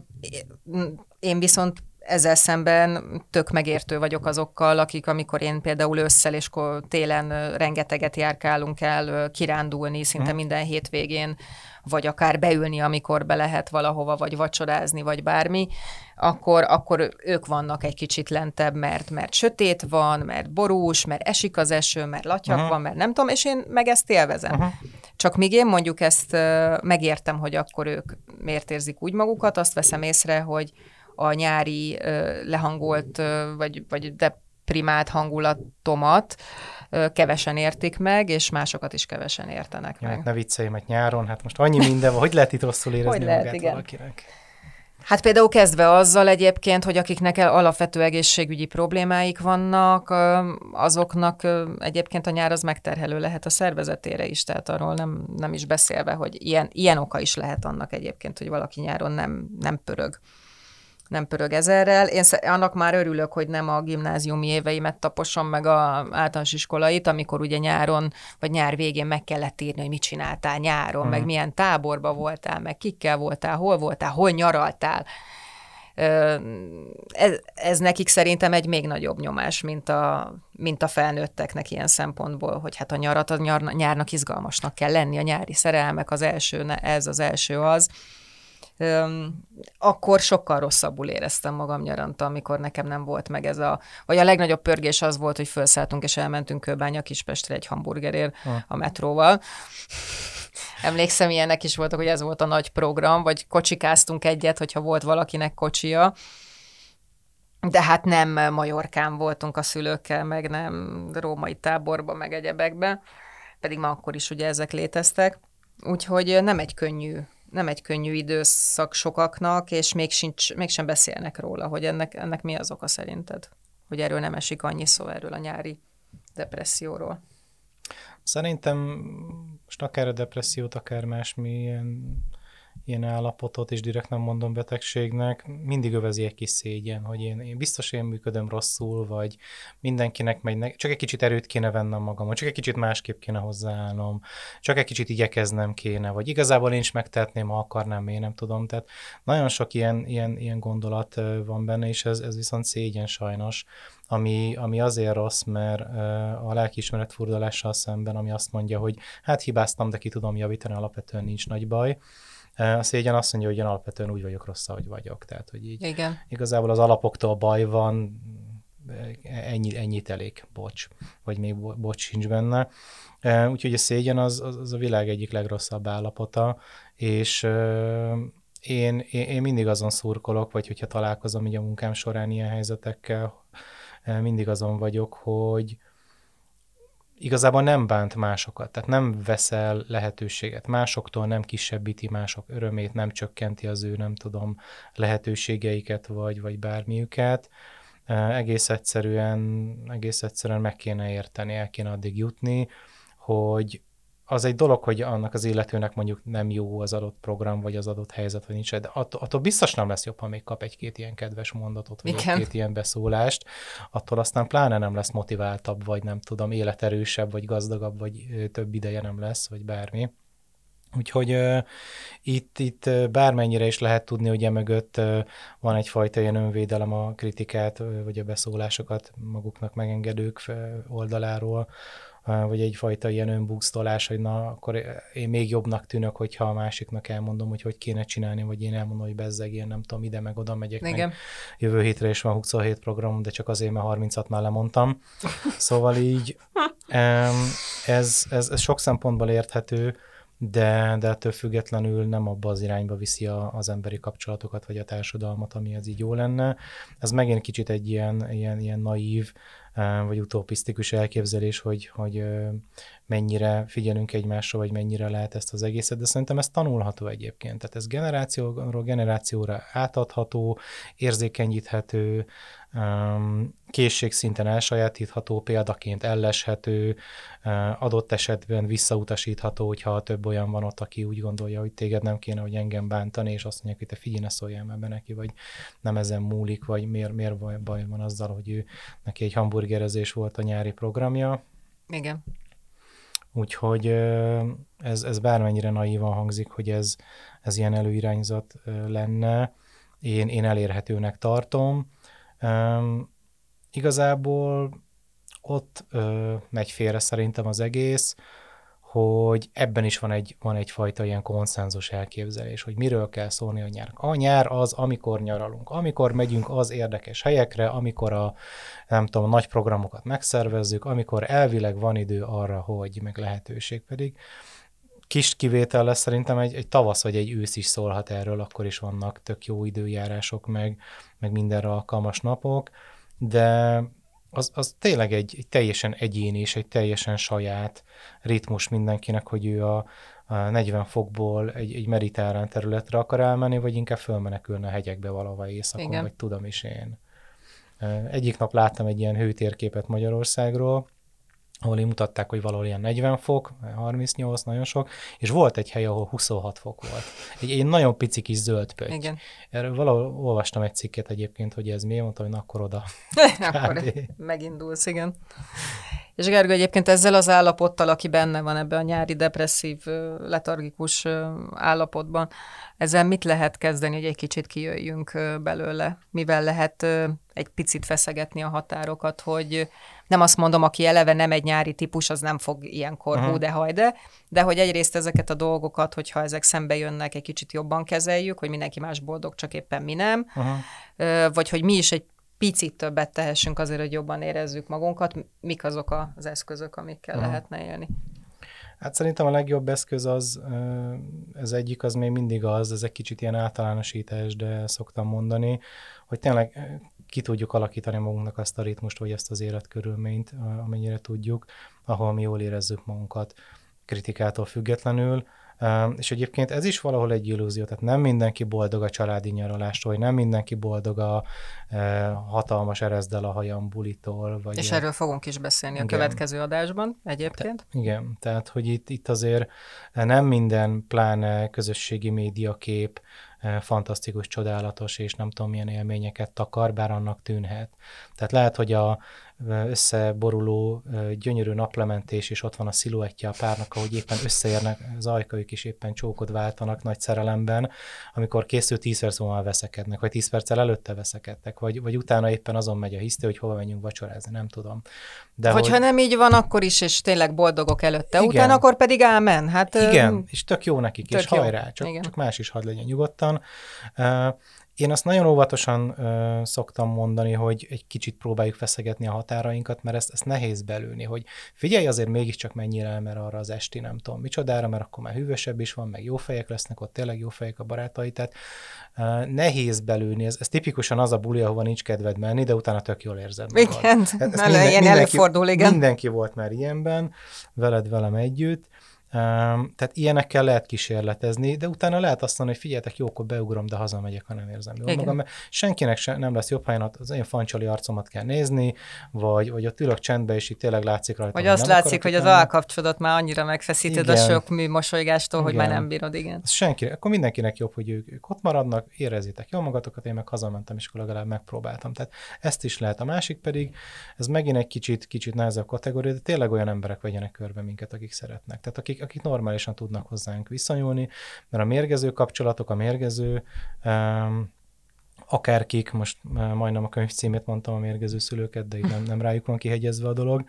uh, én viszont ezzel szemben tök megértő vagyok azokkal, akik, amikor én például ősszel és télen rengeteget járkálunk el kirándulni szinte hmm. minden hétvégén, vagy akár beülni, amikor be lehet valahova, vagy vacsorázni, vagy bármi, akkor, akkor ők vannak egy kicsit lentebb, mert, mert sötét van, mert borús, mert esik az eső, mert latyak uh-huh. van, mert nem tudom, és én meg ezt élvezem. Uh-huh. Csak míg én mondjuk ezt megértem, hogy akkor ők miért érzik úgy magukat, azt veszem észre, hogy a nyári uh, lehangolt, uh, vagy, vagy deprimált hangulatomat uh, kevesen értik meg, és másokat is kevesen értenek
ja,
meg.
Hát ne viccelj, mert nyáron, hát most annyi minden van, hogy lehet itt rosszul érezni
hogy
magát
lehet, igen.
valakinek?
Hát például kezdve azzal egyébként, hogy akiknek alapvető egészségügyi problémáik vannak, azoknak egyébként a nyár az megterhelő lehet a szervezetére is, tehát arról nem, nem is beszélve, hogy ilyen, ilyen oka is lehet annak egyébként, hogy valaki nyáron nem, nem pörög. nem pörög ezerrel. Én annak már örülök, hogy nem a gimnáziumi éveimet taposom meg az általános iskolait, amikor ugye nyáron, vagy nyár végén meg kellett írni, hogy mit csináltál nyáron, hmm. meg milyen táborba voltál, meg kikkel voltál, hol voltál, hol nyaraltál. Ez, ez nekik szerintem egy még nagyobb nyomás, mint a, mint a felnőtteknek ilyen szempontból, hogy hát a nyarat, a nyar, nyárnak izgalmasnak kell lenni, a nyári szerelmek az első, ez az első az. Öm, akkor sokkal rosszabbul éreztem magam nyaranta, amikor nekem nem volt meg ez a... Vagy a legnagyobb pörgés az volt, hogy felszálltunk és elmentünk Kőbánya-Kispestre egy hamburgerért ha. a metróval. Emlékszem, ilyenek is voltak, hogy ez volt a nagy program, vagy kocsikáztunk egyet, hogyha volt valakinek kocsia. De hát nem Majorkán voltunk a szülőkkel, meg nem római táborban, meg egyebekben. Pedig már akkor is ugye ezek léteztek. Úgyhogy nem egy könnyű nem egy könnyű időszak sokaknak, és még sincs, mégsem beszélnek róla, hogy ennek, ennek mi az oka szerinted? Hogy erről nem esik annyi szó, erről a nyári depresszióról.
Szerintem most akár a depressziót, akár másmilyen ilyen állapotot, és direkt nem mondom betegségnek, mindig övezi egy kis szégyen, hogy én, én biztos én működöm rosszul, vagy mindenkinek megy, csak egy kicsit erőt kéne vennem magamon, csak egy kicsit másképp kéne hozzáállnom, csak egy kicsit igyekeznem kéne, vagy igazából én is megtehetném, ha akarnám, én nem tudom. Tehát nagyon sok ilyen, ilyen, ilyen gondolat van benne, és ez, ez viszont szégyen sajnos, ami, ami azért rossz, mert a lelkiismeret furdalással szemben, ami azt mondja, hogy hát hibáztam, de ki tudom javítani, alapvetően nincs nagy baj. A szégyen azt mondja, hogy én alapvetően úgy vagyok rossz, ahogy vagyok. Tehát, hogy így
Igen.
Igazából az alapoktól baj van, ennyi, ennyit elég, bocs, vagy még bo- bocs sincs benne. Úgyhogy a szégyen az, az, az a világ egyik legrosszabb állapota, és én, én, én mindig azon szurkolok, vagy hogyha találkozom így a munkám során ilyen helyzetekkel, mindig azon vagyok, hogy igazából nem bánt másokat, tehát nem veszel lehetőséget másoktól, nem kisebbíti mások örömét, nem csökkenti az ő, nem tudom, lehetőségeiket, vagy, vagy bármiüket. Egész egyszerűen, egész egyszerűen meg kéne érteni, el kéne addig jutni, hogy az egy dolog, hogy annak az illetőnek mondjuk nem jó az adott program, vagy az adott helyzet, vagy nincs, de attól, attól biztos nem lesz jobb, ha még kap egy-két ilyen kedves mondatot, vagy Igen. egy-két ilyen beszólást, attól aztán pláne nem lesz motiváltabb, vagy nem tudom, életerősebb, vagy gazdagabb, vagy több ideje nem lesz, vagy bármi. Úgyhogy uh, itt, itt bármennyire is lehet tudni, hogy emögött uh, van egyfajta ilyen önvédelem a kritikát, vagy a beszólásokat maguknak megengedők oldaláról, uh, vagy egyfajta ilyen önbugsztolás, hogy na, akkor én még jobbnak tűnök, hogyha a másiknak elmondom, hogy hogy kéne csinálni, vagy én elmondom, hogy bezzeg, én nem tudom, ide meg oda megyek,
Igen.
meg jövő hétre is van huszonhét programom, de csak azért, mert harmincat már lemondtam. Szóval így um, ez, ez, ez sok szempontból érthető, de, de ettől függetlenül nem abba az irányba viszi a, az emberi kapcsolatokat, vagy a társadalmat, ami ez így jó lenne. Ez megint kicsit egy ilyen, ilyen, ilyen naív, vagy utopisztikus elképzelés, hogy, hogy mennyire figyelünk egymásra, vagy mennyire lehet ezt az egészet, de szerintem ez tanulható egyébként. Tehát ez generációról generációra átadható, érzékenyíthető, készségszinten elsajátítható, példaként elleshető, adott esetben visszautasítható, hogyha több olyan van ott, aki úgy gondolja, hogy téged nem kéne, hogy engem bántani, és azt mondják, hogy te figyelj, ne szóljál már be neki, vagy nem ezen múlik, vagy miért, miért baj, baj van azzal, hogy ő, neki egy hamburgerezés volt a nyári programja.
Igen.
Úgyhogy ez, ez bármennyire naívan hangzik, hogy ez, ez ilyen előirányzat lenne, én, én elérhetőnek tartom. Um, igazából ott uh, megy félre szerintem az egész, hogy ebben is van, egy, van egyfajta ilyen konszenzus elképzelés, hogy miről kell szólni a nyár. A nyár az, amikor nyaralunk, amikor megyünk az érdekes helyekre, amikor a, nem tudom, a nagy programokat megszervezzük, amikor elvileg van idő arra, hogy meg lehetőség pedig. Kis kivétel lesz szerintem egy, egy tavasz vagy egy ősz is szólhat erről, akkor is vannak tök jó időjárások, meg, meg mindenre alkalmas napok, de az, az tényleg egy, egy teljesen egyéni és egy teljesen saját ritmus mindenkinek, hogy ő a, a negyven fokból egy, egy mediterrán területre akar elmenni, vagy inkább fölmenekülne a hegyekbe valahol éjszakon,
Igen.
vagy tudom is én. Egyik nap láttam egy ilyen hőtérképet Magyarországról, ahol így mutatták, hogy valahol ilyen negyven fok, harmincnyolc, nagyon sok, és volt egy hely, ahol huszonhat fok volt. Egy, egy nagyon pici kis zöld pötty.
Igen.
Erről valahol olvastam egy cikket egyébként, hogy ez mi, mondtam, hogy na, akkor oda.
Akkor megindulsz, igen. És Gergő, egyébként ezzel az állapottal, aki benne van ebben a nyári depresszív, letargikus állapotban, ezzel mit lehet kezdeni, hogy egy kicsit kijöjjünk belőle? Mivel lehet egy picit feszegetni a határokat, hogy nem azt mondom, aki eleve nem egy nyári típus, az nem fog ilyenkor hú de hajde, de hogy egyrészt ezeket a dolgokat, hogyha ezek szembe jönnek, egy kicsit jobban kezeljük, hogy mindenki más boldog, csak éppen mi nem, uh-huh. vagy hogy mi is egy picit többet tehessünk azért, hogy jobban érezzük magunkat, mik azok az eszközök, amikkel uh-huh. lehetne élni.
Hát szerintem a legjobb eszköz az, ez egyik, az még mindig az, ez egy kicsit ilyen általánosítás, de szoktam mondani, hogy tényleg ki tudjuk alakítani magunknak azt a ritmust, vagy ezt az életkörülményt, amennyire tudjuk, ahol mi jól érezzük magunkat kritikától függetlenül. És egyébként ez is valahol egy illúzió, tehát nem mindenki boldog a családi nyaralástól, vagy nem mindenki boldog a e, hatalmas ereszdel a hajam bulitól. Vagy
és
a...
erről fogunk is beszélni igen. a következő adásban egyébként.
Te, igen, tehát hogy itt, itt azért nem minden pláne közösségi médiakép e, fantasztikus, csodálatos, és nem tudom milyen élményeket takar, bár annak tűnhet. Tehát lehet, hogy a összeboruló, gyönyörű naplementés, és ott van a sziluettje a párnak, ahogy éppen összeérnek, az ajkaik is éppen csókot váltanak nagy szerelemben, amikor készül tíz perc múlva veszekednek, vagy tíz perccel előtte veszekedtek, vagy, vagy utána éppen azon megy a hiszti, hogy hova menjünk vacsorázni, nem tudom. De
Hogyha
hogy...
nem így van, akkor is, és tényleg boldogok előtte,
igen.
utána akkor pedig ámen. Hát,
igen,
öm...
és tök jó nekik,
tök
és
jó.
hajrá, csak, csak más is hadd legyen nyugodtan. Uh, Én azt nagyon óvatosan uh, szoktam mondani, hogy egy kicsit próbáljuk feszegetni a határainkat, mert ezt, ezt nehéz belülni, hogy figyelj, azért mégiscsak mennyire elmer arra az esti, nem tudom micsodára, mert akkor már hűvösebb is van, meg jó fejek lesznek, ott tényleg jó fejek a barátai, tehát uh, nehéz belülni, ez, ez tipikusan az a buli, ahova nincs kedved menni, de utána tök jól érzed magad.
Igen,
ez, ez
minden,
minden,
ilyen
mindenki,
előfordul, igen.
Mindenki volt már ilyenben, veled, velem együtt. Um, tehát ilyenekkel lehet kísérletezni, de utána lehet azt mondani, hogy figyeljetek, jó, akkor beugrom, de hazamegyek, ha nem érzem jól magam, mert senkinek se, nem lesz jobb helyen, az én fancsali arcomat kell nézni, vagy, vagy ott ülök csendbe, és itt tényleg látszik rajta.
Vagy azt látszik, hogy az alkapcsodat már annyira megfeszíted igen. a sok mű mosolygástól, igen. hogy már nem bírod, igen.
Senki, akkor mindenkinek jobb, hogy ők, ők ott maradnak, érezzétek jól magatokat, én meg hazamentem, és akkor legalább megpróbáltam. Tehát ezt is lehet. A másik pedig, ez megint egy kicsit, kicsit nehezebb kategória, de tényleg olyan emberek vegyenek körbe minket, akik szeretnek. Tehát akik akik normálisan tudnak hozzánk viszonyulni, mert a mérgező kapcsolatok, a mérgező um, akárkik, most majdnem a könyv címét mondtam, a mérgező szülőket, de így nem, nem rájuk van kihegyezve a dolog,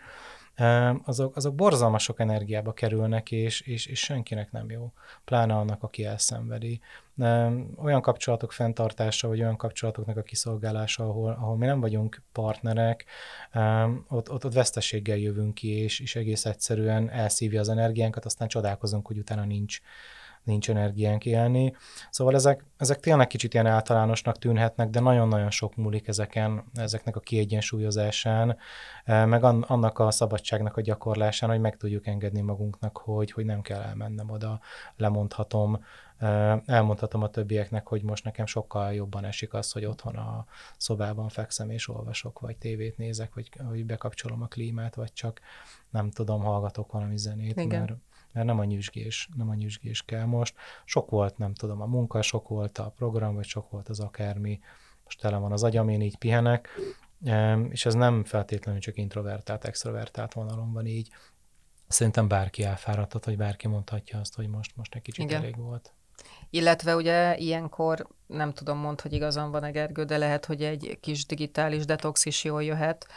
azok, azok borzalmas sok energiába kerülnek, és, és, és senkinek nem jó. Pláne annak, aki elszenvedi. Olyan kapcsolatok fenntartása, vagy olyan kapcsolatoknak a kiszolgálása, ahol, ahol mi nem vagyunk partnerek, ott, ott, ott veszteséggel jövünk ki, és, és egész egyszerűen elszívja az energiánkat, aztán csodálkozunk, hogy utána nincs nincs energiánk élni. Szóval ezek, ezek tényleg kicsit ilyen általánosnak tűnhetnek, de nagyon-nagyon sok múlik ezeken, ezeknek a kiegyensúlyozásán, meg annak a szabadságnak a gyakorlásán, hogy meg tudjuk engedni magunknak, hogy, hogy nem kell elmennem oda, lemondhatom, elmondhatom a többieknek, hogy most nekem sokkal jobban esik az, hogy otthon a szobában fekszem és olvasok, vagy tévét nézek, vagy, vagy bekapcsolom a klímát, vagy csak nem tudom, hallgatok valami zenét,
Igen.
mert mert nem a nyüzsgés, nem a nyüzsgés kell most. Sok volt, nem tudom, a munka, sok volt a program, vagy sok volt az akármi, most tele van az agyam, én így pihenek, és ez nem feltétlenül csak introvertált, extrovertált vonalon van így. Szerintem bárki elfáradhat, vagy bárki mondhatja azt, hogy most, most egy kicsit
Igen.
elég volt.
Illetve ugye ilyenkor, nem tudom, mondd, hogy igazam van-e, Gergő, de lehet, hogy egy kis digitális detox is jól jöhet,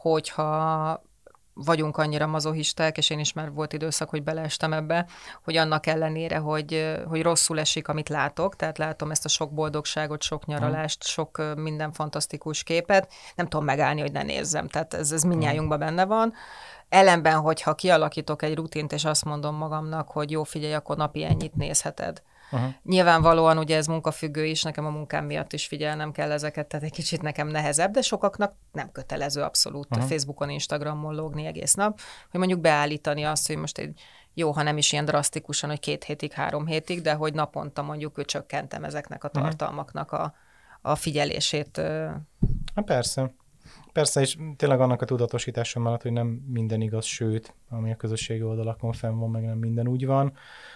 hogyha vagyunk annyira mazohisták, és én is már volt időszak, hogy beleestem ebbe, hogy annak ellenére, hogy, hogy rosszul esik, amit látok, tehát látom ezt a sok boldogságot, sok nyaralást, sok minden fantasztikus képet, nem tudom megállni, hogy ne nézzem, tehát ez, ez mindnyájunkban benne van. Ellenben, hogyha kialakítok egy rutint, és azt mondom magamnak, hogy jó, figyelj, akkor napi ennyit nézheted. Uh-huh. Nyilvánvalóan ugye ez munkafüggő is, nekem a munkám miatt is figyelnem kell ezeket, tehát egy kicsit nekem nehezebb, de sokaknak nem kötelező abszolút uh-huh. Facebookon, Instagramon lógni egész nap, hogy mondjuk beállítani azt, hogy most egy jó, ha nem is ilyen drasztikusan, hogy két hétig, három hétig, de hogy naponta mondjuk ő csökkentem ezeknek a tartalmaknak a, a figyelését.
Hát persze. Persze, és tényleg annak a tudatosítása mellett, hogy nem minden igaz, sőt, ami a közösségi oldalakon fenn van, meg nem minden úgy van.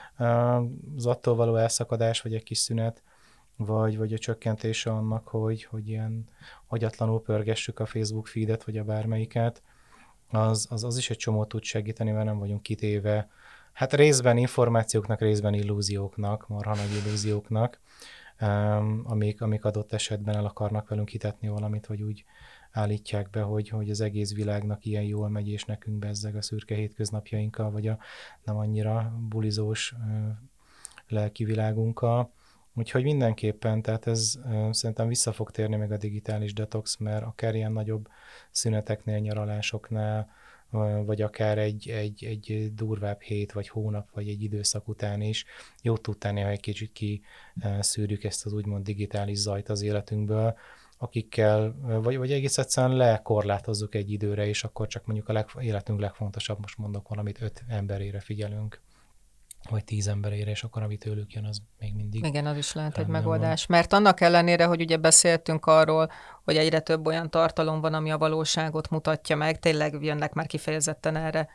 Az attól való elszakadás, vagy egy kis szünet, vagy, vagy a csökkentése annak, hogy, hogy ilyen agyatlanul pörgessük a Facebook feedet, vagy a bármelyiket, az, az, az is egy csomót tud segíteni, mert nem vagyunk kitéve. Hát részben információknak, részben illúzióknak, marha nagy illúzióknak, amik, amik adott esetben el akarnak velünk hitetni valamit, vagy úgy állítják be, hogy, hogy az egész világnak ilyen jól megy, és nekünk bezzeg a szürke hétköznapjainkkal, vagy a nem annyira bulizós lelki világunkkal. Úgyhogy mindenképpen, tehát ez szerintem vissza fog térni meg a digitális detox, mert akár ilyen nagyobb szüneteknél, nyaralásoknál, vagy akár egy, egy, egy durvább hét, vagy hónap, vagy egy időszak után is jót tud tenni, ha egy kicsit kiszűrjük ezt az úgymond digitális zajt az életünkből, akikkel, vagy, vagy egész egyszerűen lekorlátozzuk egy időre, és akkor csak mondjuk a leg, életünk legfontosabb, most mondok valamit, öt emberére figyelünk, vagy tíz emberére, és akkor ami tőlük jön, az még mindig.
Igen, az is lehet egy megoldás. Van. Mert annak ellenére, hogy ugye beszéltünk arról, hogy egyre több olyan tartalom van, ami a valóságot mutatja meg, tényleg jönnek már kifejezetten erre,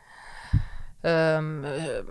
öm,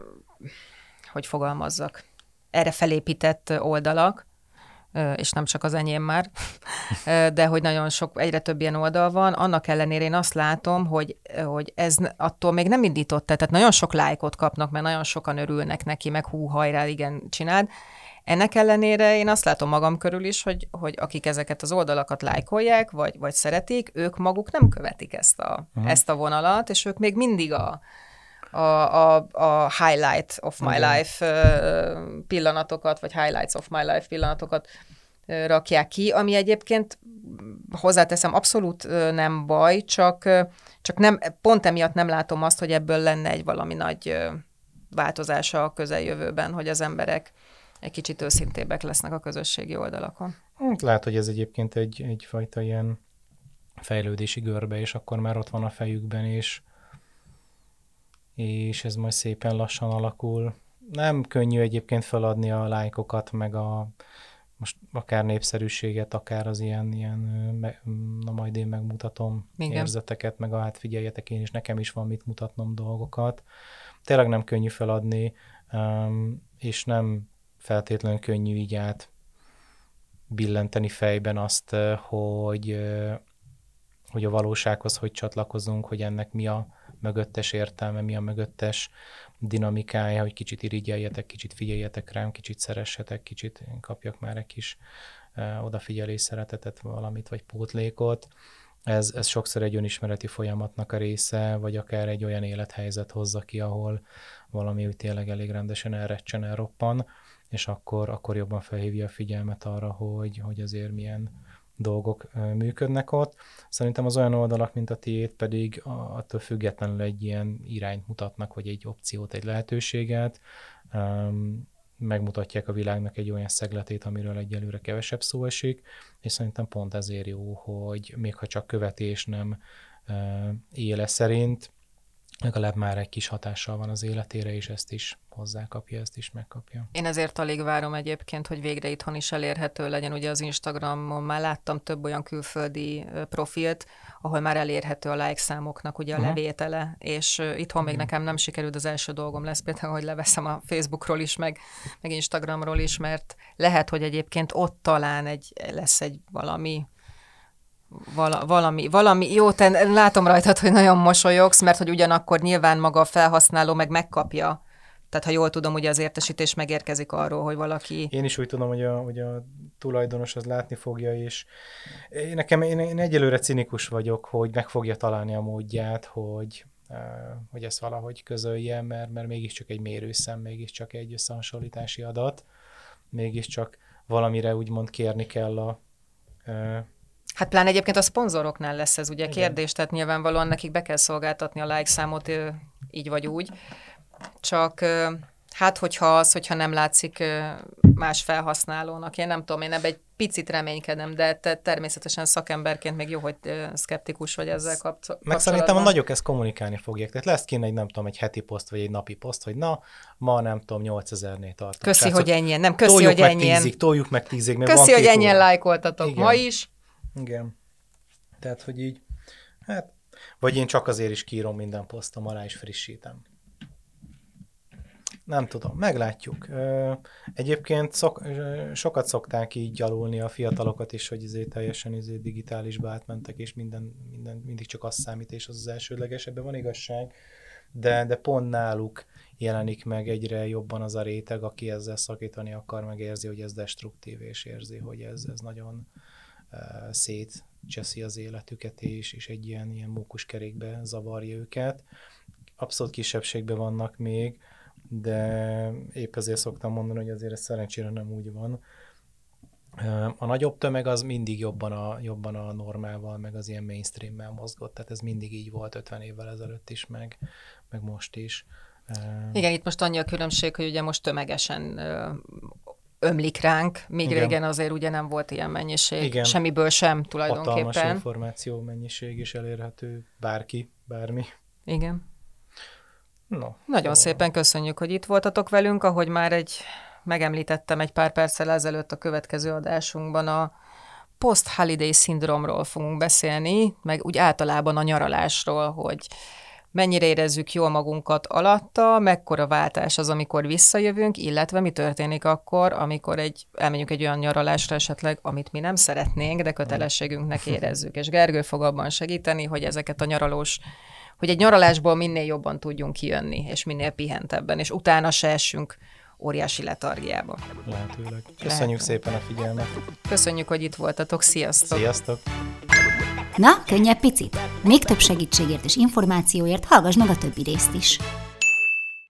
hogy fogalmazzak, erre felépített oldalak, és nem csak az enyém már, de hogy nagyon sok, egyre több ilyen oldal van, annak ellenére én azt látom, hogy, hogy ez attól még nem indított, tehát nagyon sok lájkot kapnak, mert nagyon sokan örülnek neki, meg hú, hajrá, igen, csináld. Ennek ellenére én azt látom magam körül is, hogy, hogy akik ezeket az oldalakat lájkolják, vagy, vagy szeretik, ők maguk nem követik ezt a, uh-huh. ezt a vonalat, és ők még mindig a A, a, a highlight of my Igen. life uh, pillanatokat, vagy highlights of my life pillanatokat uh, rakják ki, ami egyébként hozzáteszem abszolút uh, nem baj, csak, uh, csak nem, pont emiatt nem látom azt, hogy ebből lenne egy valami nagy uh, változása a közeljövőben, hogy az emberek egy kicsit őszintébbek lesznek a közösségi oldalakon.
Lehet, hogy ez egyébként egy, egyfajta ilyen fejlődési görbe, és akkor már ott van a fejükben, és és ez majd szépen lassan alakul. Nem könnyű egyébként feladni a lájkokat, meg a most akár népszerűséget, akár az ilyen, ilyen na majd én megmutatom Igen. érzeteket, meg a hát figyeljetek, én is, nekem is van mit mutatnom dolgokat. Tényleg nem könnyű feladni, és nem feltétlenül könnyű így át billenteni fejben azt, hogy, hogy a valósághoz hogy csatlakozunk, hogy ennek mi a mögöttes értelme, mi a mögöttes dinamikája, hogy kicsit irigyeljetek, kicsit figyeljetek rám, kicsit szeressetek, kicsit kapjak már egy kis uh, odafigyelés, szeretetet, valamit, vagy pótlékot. Ez, ez sokszor egy önismereti folyamatnak a része, vagy akár egy olyan élethelyzet hozza ki, ahol valami úgy tényleg elég rendesen elrecsen, elroppan, és akkor, akkor jobban felhívja a figyelmet arra, hogy, hogy azért milyen dolgok működnek ott. Szerintem az olyan oldalak, mint a tiéd pedig attól függetlenül egy ilyen irányt mutatnak, vagy egy opciót, egy lehetőséget, megmutatják a világnak egy olyan szegletét, amiről egyelőre kevesebb szó esik, és szerintem pont ezért jó, hogy még ha csak követés nem éle szerint, legalább már egy kis hatással van az életére, és ezt is hozzákapja, ezt is megkapja.
Én ezért alig várom egyébként, hogy végre itthon is elérhető legyen. Ugye az Instagramon már láttam több olyan külföldi profilt, ahol már elérhető a like számoknak ugye a uh-huh. levétele, és itthon uh-huh. még nekem nem sikerült, az első dolgom lesz például, hogy leveszem a Facebookról is, meg, meg Instagramról is, mert lehet, hogy egyébként ott talán egy, lesz egy valami Vala, valami, valami, jó, te látom rajtad, hogy nagyon mosolyogsz, mert hogy ugyanakkor nyilván maga a felhasználó meg megkapja. Tehát ha jól tudom, ugye az értesítés megérkezik arról, hogy valaki...
Én is úgy tudom, hogy a, hogy a tulajdonos az látni fogja, és én, nekem, én, én egyelőre cinikus vagyok, hogy meg fogja találni a módját, hogy, hogy ezt valahogy közölje, mert, mert mégiscsak egy mérőszem, mégiscsak egy összehasonlítási adat, mégiscsak valamire úgymond kérni kell a...
Hát pláne egyébként a szponzoroknál lesz ez ugye
Igen.
kérdés, tehát nyilvánvalóan nekik be kell szolgáltatni a like számot így vagy úgy. Csak hát hogyha az, hogyha nem látszik más felhasználónak, én nem tudom, én ebbe egy picit reménykedem, de te természetesen szakemberként még jó, hogy szkeptikus vagy ezzel kapcsolatban.
Meg szerintem a nagyok ezt kommunikálni fogják. Tehát lesz kéne egy, nem tudom, egy heti poszt, vagy egy napi poszt, hogy na, ma nem tudom, nyolcezernél tartunk.
Köszi,
Srácok,
hogy ennyien, nem köszi,
toljuk
hogy
meg
ennyien.
Tízig, toljuk meg tízig, mert
Köszi,
van
hogy ennyien
óra.
lájkoltatok
Igen.
ma is.
Igen. Tehát, hogy így, hát, vagy én csak azért is kírom minden posztom alá, és frissítem. Nem tudom, meglátjuk. Egyébként szok, sokat szokták így gyalulni a fiatalokat is, hogy izé teljesen izé digitálisba átmentek, és minden, minden, mindig csak az számít, és az az elsődleges, ebben van igazság, de, de pont náluk jelenik meg egyre jobban az a réteg, aki ezzel szakítani akar, meg érzi, hogy ez destruktív, és érzi, hogy ez, ez nagyon uh, szétcseszi az életüket, és, és egy ilyen, ilyen mókuskerékbe zavarja őket. Abszolút kisebbségben vannak még, de épp ezért szoktam mondani, hogy azért ez szerencsére nem úgy van. A nagyobb tömeg az mindig jobban a, jobban a normával, meg az ilyen mainstreammel mozgott, tehát ez mindig így volt ötven évvel ezelőtt is, meg, meg most is.
Igen, itt most annyi a különbség, hogy ugye most tömegesen ömlik ránk, míg
Igen.
régen azért ugye nem volt ilyen mennyiség,
Igen.
semmiből sem tulajdonképpen.
Hatalmas információ mennyiség is elérhető, bárki, bármi.
Igen.
No,
Nagyon
szóval.
szépen köszönjük, hogy itt voltatok velünk, ahogy már egy, megemlítettem egy pár perccel ezelőtt a következő adásunkban a post-holiday szindrómról fogunk beszélni, meg úgy általában a nyaralásról, hogy mennyire érezzük jól magunkat alatta, mekkora váltás az, amikor visszajövünk, illetve mi történik akkor, amikor egy, elmegyünk egy olyan nyaralásra esetleg, amit mi nem szeretnénk, de kötelességünknek érezzük. És Gergő fog abban segíteni, hogy ezeket a nyaralós, hogy egy nyaralásból minél jobban tudjunk kijönni, és minél pihentebben, és utána se essünk óriási letargiába.
Lehetőleg. Köszönjük
Lehetőleg.
szépen a figyelmet.
Köszönjük, hogy itt voltatok. Sziasztok!
Sziasztok!
Na, könnyebb picit? Még több segítségért és információért hallgass meg a többi részt is.